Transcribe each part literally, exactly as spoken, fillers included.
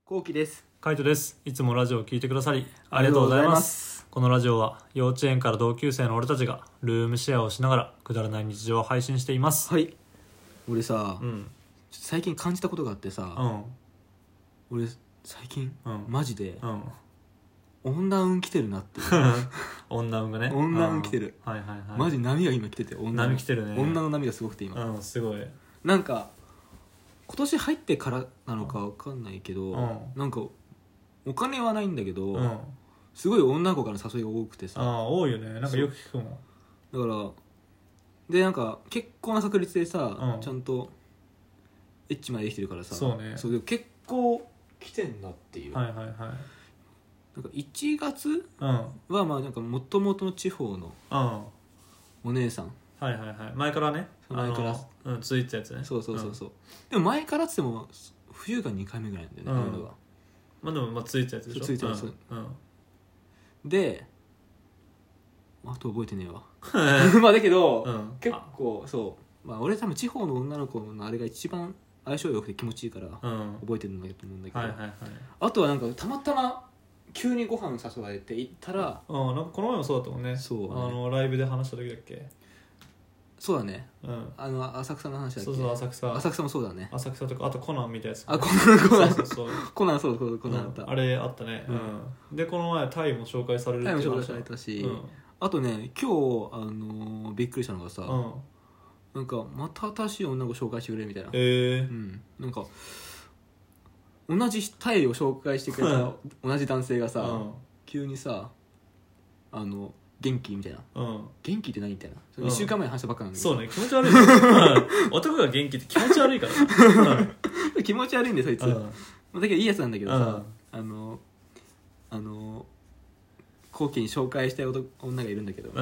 こうきです。 カイトです。いつもラジオを聞いてくださりありがとうございます。このラジオは幼稚園から同級生の俺たちがルームシェアをしながらくだらない日常を配信しています。 はい。俺さ、 うん、 ちょっと最近感じたことがあってさ、うん、俺最近、うん、マジで、うん、女運来てるなっていう女運がね、 女運来てる、はいはいはい、マジ波が今来てて、女波来てるね。 女の波がすごくて今、 うん、すごい。 なんか今年入ってからなのか分かんないけど、うん、なんかお金はないんだけど、うん、すごい女の子から誘いが多くてさ。 あ、多いよね。なんかよく聞くもん。 だからでなんか結構な確率でさ、うん、ちゃんとエッチまでできてるからさ。 そうね。 そうで結構来てんだっていう。 はいはいはい。 なんかいちがつはまあなんかもともとの地方のお姉さん、 はいはいはい、前からね、前からうん、続いてたやつね。 そうそうそうそう、うん、でも前からっつっても冬がにかいめぐらいなんだよね、うん、がまあでもまあ続いてたやつでしょ。 続いてたやつ、うんうん、であと覚えてねえわまあだけど、うん、結構そうまあ俺多分地方の女の子のあれが一番相性良くて気持ちいいから覚えてるんだと思うんだけど、はいはいはい、あとはなんかたまたま急にご飯誘われて行ったら、 うん、なんかこの前もそうだったもんね。そう、ね、あのライブで話した時だっけ。 そうだね、うん、あの浅草の話だっけ。 そうそう、浅草浅草もそうだね。 浅草とかあとコナンみたいなやつ、 あ、コナンコナンそうそうそうコナンそうそうコナンあった、 うん、あれあったね、うんうん、でこの前タイも紹介されるってタイも紹介されたし、うん、あとね今日、あのー、びっくりしたのがさ、うん、なんかまた新しい女の子紹介してくれるみたいな。へえー、うん、なんか同じタイを紹介してくれた同じ男性がさ、うん、急にさあの元気みたいな、うん、元気って何みたいな、うん、いっしゅうかんまえに話したばっかなんだけど、 そうね、気持ち悪いね男が元気って気持ち悪いからな気持ち悪いんでそいつ、うん、だけどいいやつなんだけどさ、うん、あのあの後期に紹介したい女がいるんだけど、うん、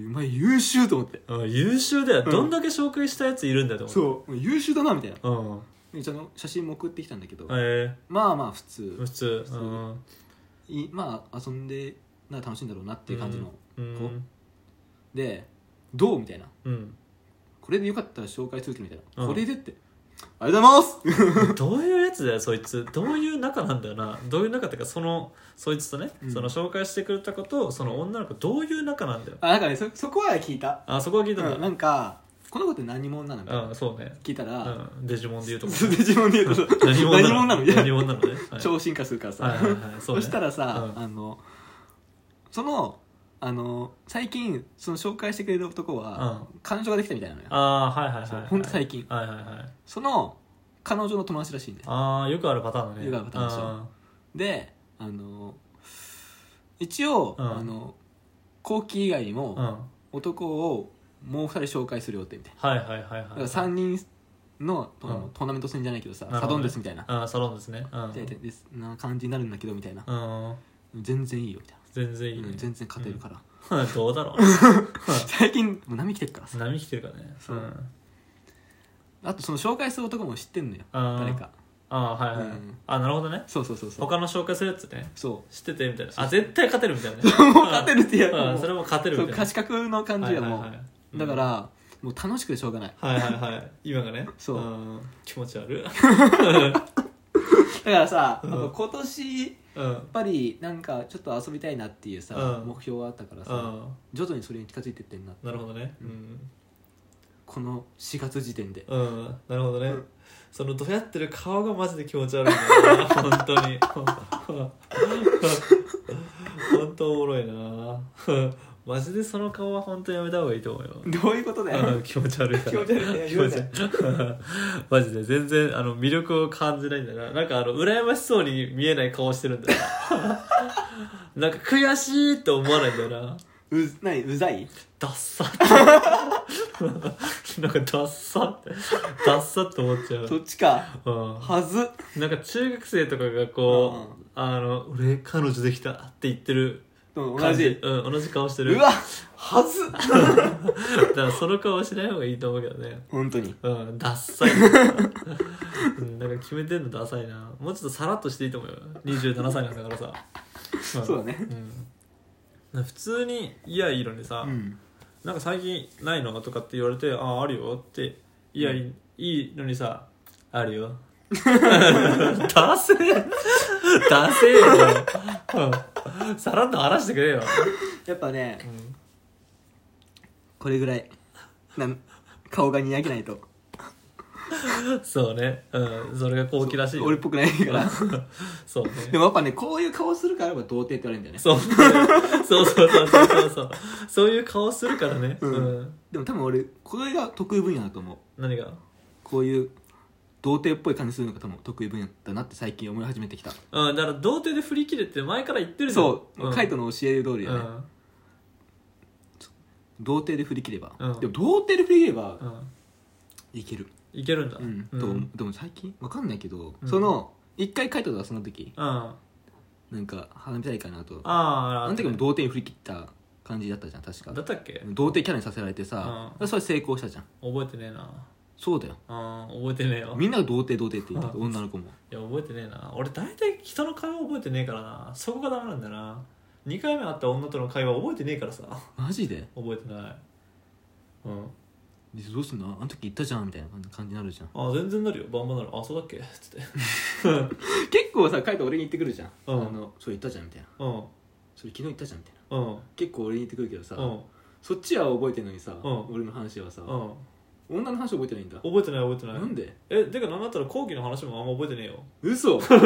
お前優秀と思って、 うん、優秀だよ、うん、どんだけ紹介したやついるんだと思って、 そう優秀だなみたいな、うん、その写真も送ってきたんだけど、えー、まあまあ普通普通、うん、 いまあ遊んでなんか楽しいんだろうなっていう感じの子、うん、でどうみたいな、うん、これでよかったら紹介するみたいな、うん、これでってありがとうございますどういうやつだよそいつ、どういう仲なんだよな、どういう仲っていうかそのそいつとね、うん、その紹介してくれた子とその女の子どういう仲なんだよ。 あ、なんかね そ, そこは聞いた。 あ、そこは聞いたんだ、 うん、なんかこの子って何者なのみたいな、 あ、そうね、 聞いたら、 うん、デジモンで言うとこデジモンで言うと何者なのみたいな、 何者なのね、 はい、超進化するからさ、 はいはいはい、そうね、 そしたらさ、うん、あのそのあの最近その紹介してくれる男は、うん、彼女ができたみたいなのよ。 ああ、はいはいはい、はい、 ほんと最近、 はいはいはい、 その彼女の友達らしいんで。 ああ、よくあるパターンだね。 よくあるパターンでしょ。で、あの一応、うん、あの後期以外にも、うん、男をもうふたり紹介するよってみたいな。 はいはいはいはい、はい、だからさんにんの、うん、トーナメント戦じゃないけどさ、ね、サドンデスみたいな、 あ、サドンデスね、うん、 ですな感じになるんだけどみたいな、うん、全然いいよみたいな、 全然いい、ね、 うん、全然勝てるから、 うん、どうだろう最近波来てるからさ、 波来てるからね、そう、うん、 あとその紹介する男も知ってんのよ、誰か。 ああ、はいはい、うん、あ、なるほどね。 そうそうそうそう、 他の紹介するやつね、 そう知っててみたいな、あ、絶対勝てるみたいなねもう勝てるってやつ、それも勝てるみたいな、 勝ち確の感じはもう、はいはいはい、だから、うん、もう楽しくてしょうがない。 はいはいはい、今がね、そう、うん、気持ち悪いだからさ、うん、今年やっぱりなんかちょっと遊びたいなっていうさ、うん、目標はあったからさ、うん、徐々にそれに近づいてってんなって。 なるほどね、うん、このしがつ時点で、 うん、なるほどね、うん、そのどやってる顔がマジで気持ち悪いんだよな本当に本当おもろいなマジでその顔は本当にやめた方がいいと思うよ。 どういうことだよ気持ち悪いから、 気持ち悪い気持ち悪いマジで全然あの魅力を感じないんだな。なんかあの羨ましそうに見えない顔してるんだよななんか悔しいって思わないんだよな。 う何うざいダッサってなんかダッサってダッサって思っちゃう。 そっちか、うん、はず。 なんか中学生とかがこう、うん、あの俺彼女できたって言ってる同じ、 うん、同じ顔してる。 うわはずだからその顔しない方がいいと思うけどね本当に、 うん、ダッサい、うん、なんか決めてんのダサいな。もうちょっとさらっとしていいと思うよ、にじゅうななさいなんだからさ、 うん、そうだね、 うん、普通にいやいいのにさ、うん、なんか最近ないのとかって言われて、あああるよって、いや、うん、いいのにさ、あるよダセーダセーよさらっと話してくれよ。 やっぱね、 うん、 これぐらいなん顔がにやけないとそうね、うん、それが後期らしいよ。 俺っぽくないからそうね。 でもやっぱね、こういう顔するからやっぱ童貞って言われるんだよね。 そうそうそうそうそうそうそうそういう顔するからね、 うんうん、 でも多分俺これが得意分野だと思う。 何が？ こういう童貞っぽい感じするのが多分得意分野だなって最近思い始めてきた。 うん、だから童貞で振り切れって前から言ってるじゃん。 そう、 うん、 カイトの教える通りだね、 うん、 童貞で振り切れば、 うん、 でも童貞で振り切れば、 うん、 いけるいけるんだ、 うんうん、 とでも最近わかんないけど、 うん、 その一回カイトがその時、 うん、 なんか花火大会なとあああの時も童貞に振り切った感じだったじゃん確か。 だったっけ？ 童貞キャラにさせられてさ、うん、それ成功したじゃん。 覚えてねえな。 そうだよ。 ああ覚えてねえよ。 みんなが童貞童貞って言ってた女の子も。 いや覚えてねえな。俺大体人の会話覚えてねえからな。そこがダメなんだよな。にかいめ会った女との会話覚えてねえからさ。 マジで？ 覚えてない。うん。 どうすんの？あの時言ったじゃんみたいな感じになるじゃん。 あ全然なるよ。バンバンなる。あそうだっけつって結構さカイト俺に言ってくるじゃん、 うん、 あのそれ言ったじゃんみたいな、 うん、 それ昨日言ったじゃんみたいな、 うん、 結構俺に言ってくるけどさ、 うん、 そっちは覚えてるのにさ、 うん、 俺の話はさ、 うん、 女の話覚えてないんだ。 覚えてない覚えてない。 なんで？ えてかなんだったら後期の話もあんま覚えてねえよ。 嘘ちゃんと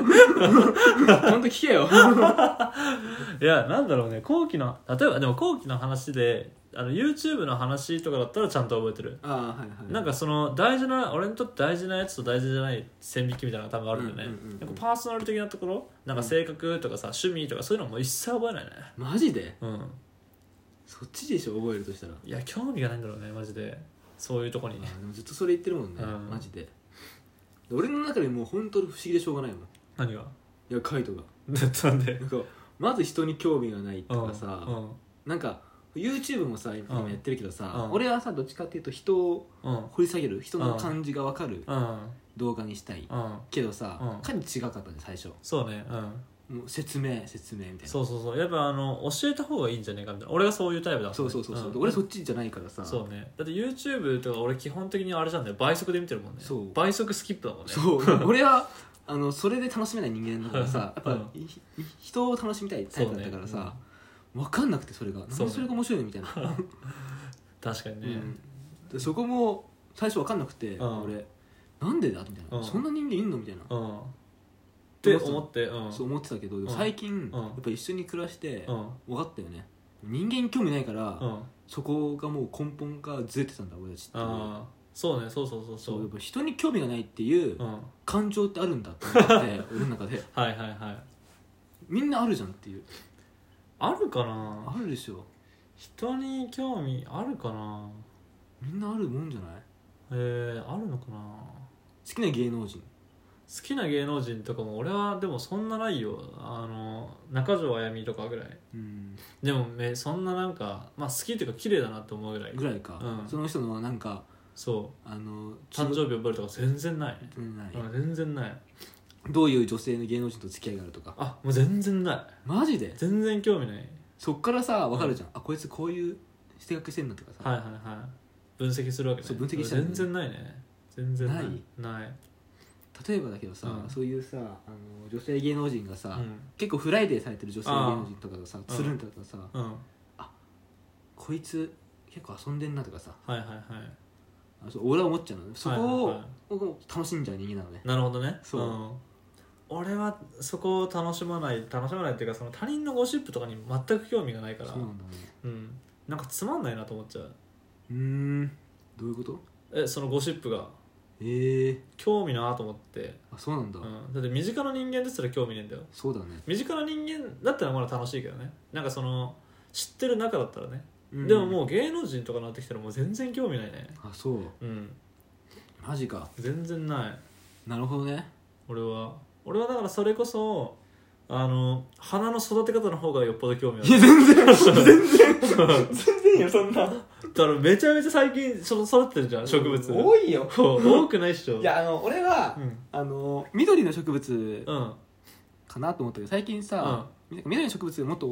聞けよいやなんだろうね、後期の例えばでも後期の話であの YouTube の話とかだったらちゃんと覚えてる。 ああはいはい。 なんかその大事な俺にとって大事なやつと大事じゃない線引きみたいなのが多分あるよね、うんうんうんうん、なんかパーソナル的なところなんか性格とかさ、うん、趣味とかそういうのも一切覚えないね。 マジで？ うん。 そっちでしょ覚えるとしたら。 いや興味がないんだろうねマジでそういうとこに。 でもずっとそれ言ってるもんね、うん、マジで。俺の中でもう本当に不思議でしょうがないもん。 何が？ いやカイトがなんで？ なんかまず人に興味がないとかさ、 うんうん、 なんかYouTube もさ今やってるけどさ、 うん、 俺はさどっちかっていうと人を掘り下げる、人の感じが分かる動画にしたい、うん、けどさ、うん、かなり違かったね最初。 そうね、 うん、もう説明説明みたいな。 そうそうそうやっぱあの教えた方がいいんじゃねえかみたいな。俺がそういうタイプだもんね。 そうそうそうそう、うん、俺そっちじゃないからさ。 そうね、だって YouTube とか俺基本的にあれじゃんね、倍速で見てるもんね。そう倍速スキップだもんね。 そう俺はあのそれで楽しめない人間だからさやっぱ、うん、人を楽しみたいタイプだったからさ、ねうん、分かんなくてそれがなんでそれが面白いのみたいな確かにね、 うん、でそこも最初分かんなくて、うん、俺なんでだみたいな、うん、そんな人間いんのみたいな、うん、 って思って、うん、 そう思ってたけど、うん、最近、うん、やっぱ一緒に暮らして分かったよね。人間に興味ないから、うん、そこがもう根本がずれてたんだ俺たちっていう。あそうねそうそうそうそう、 やっぱ人に興味がないっていう感情ってあるんだって思って俺の中ではいはいはいみんなあるじゃんっていう。 あるかな。 あるでしょ。 人に興味あるかな。 みんなあるもんじゃない？ えー、あるのかな。 好きな芸能人好きな芸能人とかも俺はでもそんなないよ。あの中条あやみとかぐらい、うん、でもめそんななんか、まあ、好きっていうか綺麗だなって思うぐらいぐらいか、うん、その人のなんかそうあの誕生日覚えるとか全然ない。 全然ない、 うん、全然ない。 どういう女性の芸能人と付き合いがあるとか。 あもう全然ない。 マジで？ 全然興味ない。そっからさ分かるじゃん、うん、あこいつこういう性格してんのとかさ、 はいはいはい分析するわけね。 そう分析してる、 ね、全然ないね。全然ないない例えばだけどさ、うん、そういうさあの女性芸能人がさ、うん、結構フライデーされてる女性芸能人とかがさつるんだとかさ、うん、あこいつ結構遊んでんなとかさ、 はいはいはい、 あそう俺は思っちゃうの。そこを、はいはいはい、楽しんじゃう人間なのね。 なるほどね。 そう、うん、 俺はそこを楽しまない楽しまないっていうかその他人のゴシップとかに全く興味がないから。 そうなんだね。 うん、なんかつまんないなと思っちゃう。 うーんどういうこと？ えそのゴシップがえー、 興味なと思って。 あそうなんだ、うん、だって身近な人間ですら興味ねえんだよ。 そうだね。 身近な人間だったらまだ楽しいけどね。なんかその知ってる仲だったらね、うん、でももう芸能人とかになってきたらもう全然興味ないね。 あそう。 うんマジか。 全然ない。なるほどね。 俺は俺はだからそれこそあの花の育て方の方がよっぽど興味ある。 いや全然全然全然よそんな。 だからめちゃめちゃ最近そ育ってるじゃん植物。 多いよ。 多くないっしょ。 いやあの俺は、うん、あの緑の植物かなと思ったけど最近さ、うん、緑の植物もっと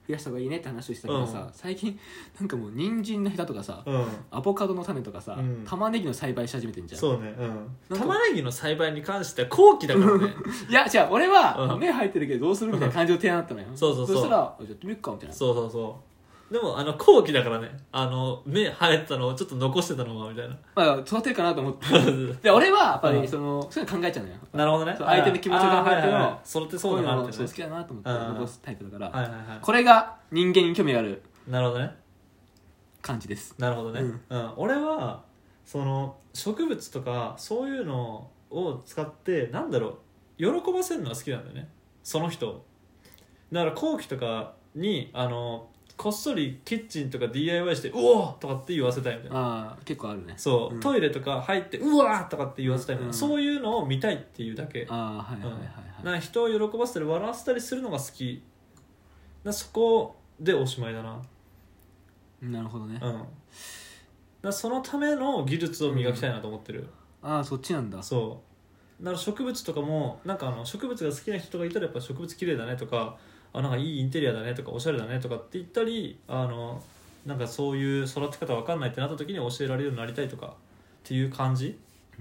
やした方がいいねって話をしてたけどさ、うん、最近なんかもう人参のヘタとかさ、 うん、 アボカドの種とかさ、うん、玉ねぎの栽培し始めてんじゃん。 そうね、うん、玉ねぎの栽培に関しては後期だからねいや違う俺は、うん、芽生えてるけどどうするみたいな感じの提案だったのよそうそうそう。 そしたらじゃあやってみっかみたいな。 そうそうそうでもあの後期だからね、あの芽生えたのをちょっと残してたのはみたいな、 まあ、育てるかなと思ってで俺はやっぱりそのそういうの考えちゃうのよ。 なるほどね。 相手の気持ちを考えての、はいはいはい、 それってそうだなって、ね、 そう好きだなと思って残すタイプだから、 はいはいはい、 これが人間に興味があるなるほどね感じです。 なるほどね、うんうん、俺はその植物とかそういうのを使ってなんだろう喜ばせるのが好きなんだよね、その人を。だから後期とかにあのこっそりキッチンとか ディーアイワイ してうおーとかって言わせたいみたいな。 ああ結構あるね。 そう、うん、トイレとか入ってうわーとかって言わせたいみたいな、うん、そういうのを見たいっていうだけ。 ああはいはいはいはい、 うん、なんか人を喜ばせたり笑わせたりするのが好きだ、そこでおしまいだな。 なるほどね。 うんだそのための技術を磨きたいなと思ってる、 うん、ああそっちなんだ。 そうだから植物とかもなんかあの植物が好きな人がいたらやっぱ植物綺麗だねとかあなんかいいインテリアだねとかおしゃれだねとかって言ったりあのなんかそういう育て方わかんないってなった時に教えられるようになりたいとかっていう感じ。 うん、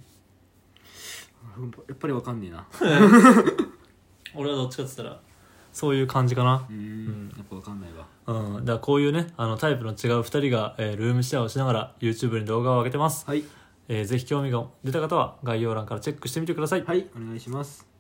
うん、やっぱりわかんねえな俺はどっちかって言ったらそういう感じかな。 うん、うん、やっぱわかんないわ。 うん、だからこういうねあのタイプの違うふたりが、えー、ルームシェアをしながら YouTube に動画を上げてます。 はい、 えー、ぜひ興味が出た方は概要欄からチェックしてみてください。 はいお願いします。